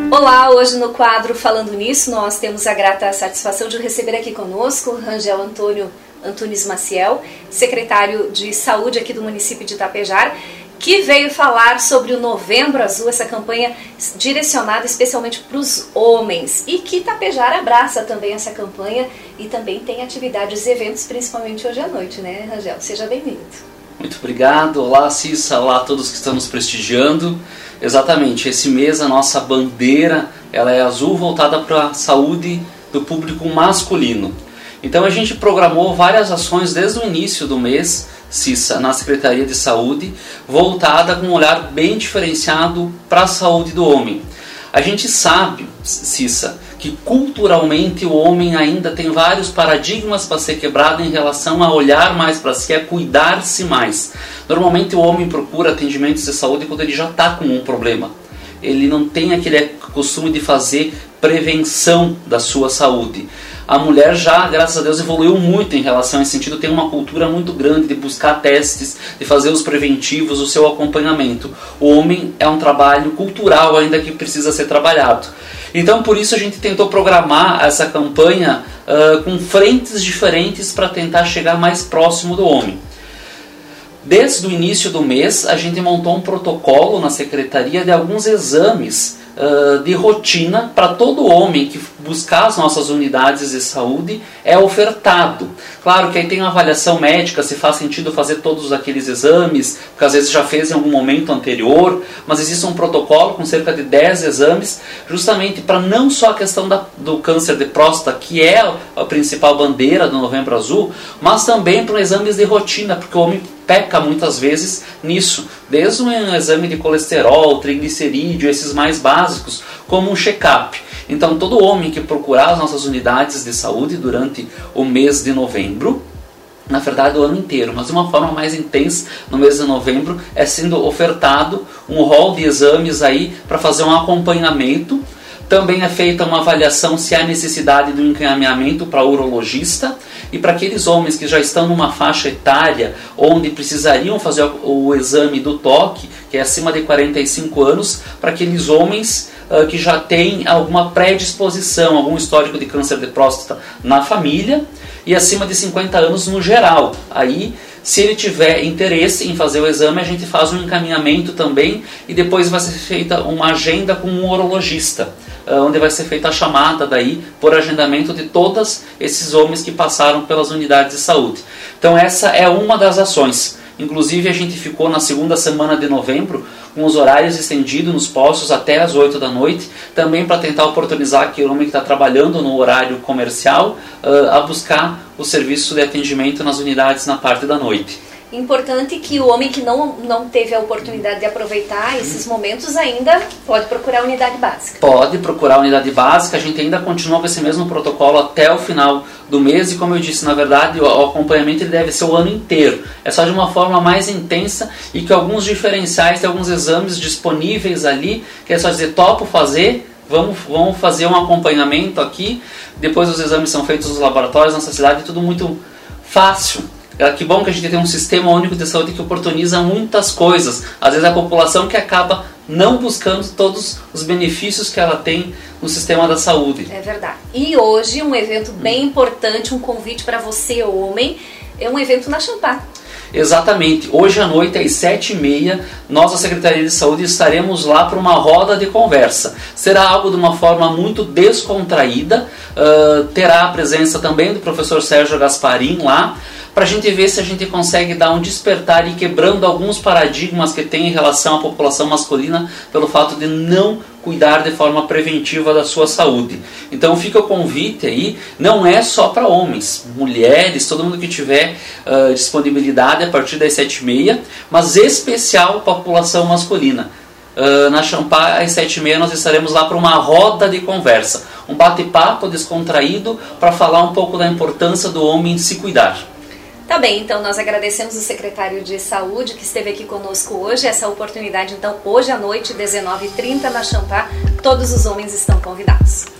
Olá, hoje no quadro Falando Nisso, nós temos a grata satisfação de receber aqui conosco Rangel Antônio Antunes Maciel, secretário de Saúde aqui do município de Itapejara, que veio falar sobre o Novembro Azul, essa campanha direcionada especialmente para os homens, e que Itapejara abraça também essa campanha e também tem atividades e eventos, principalmente hoje à noite, né, Rangel? Seja bem-vindo. Muito obrigado. Olá, Cissa. Olá a todos que estão nos prestigiando. Exatamente, esse mês a nossa bandeira ela é azul, voltada para a saúde do público masculino. Então a gente programou várias ações desde o início do mês, Cissa, na Secretaria de Saúde, voltada com um olhar bem diferenciado para a saúde do homem. A gente sabe, Cissa, que culturalmente o homem ainda tem vários paradigmas para ser quebrado em relação a olhar mais para si, a cuidar-se mais. Normalmente o homem procura atendimentos de saúde quando ele já está com um problema. Ele não tem aquele costume de fazer prevenção da sua saúde. A mulher já, graças a Deus, evoluiu muito em relação a esse sentido, tem uma cultura muito grande de buscar testes, de fazer os preventivos, o seu acompanhamento. O homem é um trabalho cultural ainda que precisa ser trabalhado. Então, por isso a gente tentou programar essa campanha com frentes diferentes para tentar chegar mais próximo do homem. Desde o início do mês, a gente montou um protocolo na Secretaria de alguns exames de rotina para todo homem que buscar as nossas unidades de saúde é ofertado. Claro que aí tem uma avaliação médica, se faz sentido fazer todos aqueles exames, porque às vezes já fez em algum momento anterior, mas existe um protocolo com cerca de 10 exames, justamente para não só a questão do câncer de próstata, que é a principal bandeira do Novembro Azul, mas também para exames de rotina, porque o homem peca muitas vezes nisso, desde um exame de colesterol, triglicerídeo, esses mais básicos, como um check-up. Então todo homem que procurar as nossas unidades de saúde durante o mês de novembro, na verdade o ano inteiro, mas de uma forma mais intensa no mês de novembro, é sendo ofertado um rol de exames aí para fazer um acompanhamento. Também é feita uma avaliação se há necessidade de um encaminhamento para urologista, e para aqueles homens que já estão numa faixa etária onde precisariam fazer o exame do toque, que é acima de 45 anos, para aqueles homens que já têm alguma predisposição, algum histórico de câncer de próstata na família, e acima de 50 anos no geral. Aí, se ele tiver interesse em fazer o exame, a gente faz um encaminhamento também, e depois vai ser feita uma agenda com um urologista, onde vai ser feita a chamada daí por agendamento de todos esses homens que passaram pelas unidades de saúde. Então essa é uma das ações. Inclusive a gente ficou na segunda semana de novembro com os horários estendidos nos postos até as 8 da noite, também para tentar oportunizar aquele homem que está trabalhando no horário comercial a buscar o serviço de atendimento nas unidades na parte da noite. Importante que o homem que não teve a oportunidade de aproveitar esses momentos ainda pode procurar a unidade básica. Pode procurar a unidade básica, a gente ainda continua com esse mesmo protocolo até o final do mês, e como eu disse, na verdade o acompanhamento ele deve ser o ano inteiro. É só de uma forma mais intensa, e que alguns diferenciais, tem alguns exames disponíveis ali, que é só dizer, topo fazer, vamos fazer um acompanhamento aqui, depois os exames são feitos nos laboratórios, nossa cidade, tudo muito fácil. Que bom que a gente tem um sistema único de saúde que oportuniza muitas coisas. Às vezes a população que acaba não buscando todos os benefícios que ela tem no sistema da saúde. É verdade. E hoje um evento bem importante, um convite para você, homem, é um evento na Champá. Exatamente. Hoje à noite, às 7h30, nós da Secretaria de Saúde estaremos lá para uma roda de conversa. Será algo de uma forma muito descontraída. Terá a presença também do professor Sérgio Gasparim lá, para a gente ver se a gente consegue dar um despertar e quebrando alguns paradigmas que tem em relação à população masculina pelo fato de não cuidar de forma preventiva da sua saúde. Então fica o convite aí, não é só para homens, mulheres, todo mundo que tiver disponibilidade a partir das 7h30, mas especial para a população masculina. Na Champá, às 7h30, nós estaremos lá para uma roda de conversa, um bate-papo descontraído para falar um pouco da importância do homem se cuidar. Tá bem, então nós agradecemos o secretário de Saúde que esteve aqui conosco hoje. Essa oportunidade, então, hoje à noite, 19h30, na Champá, todos os homens estão convidados.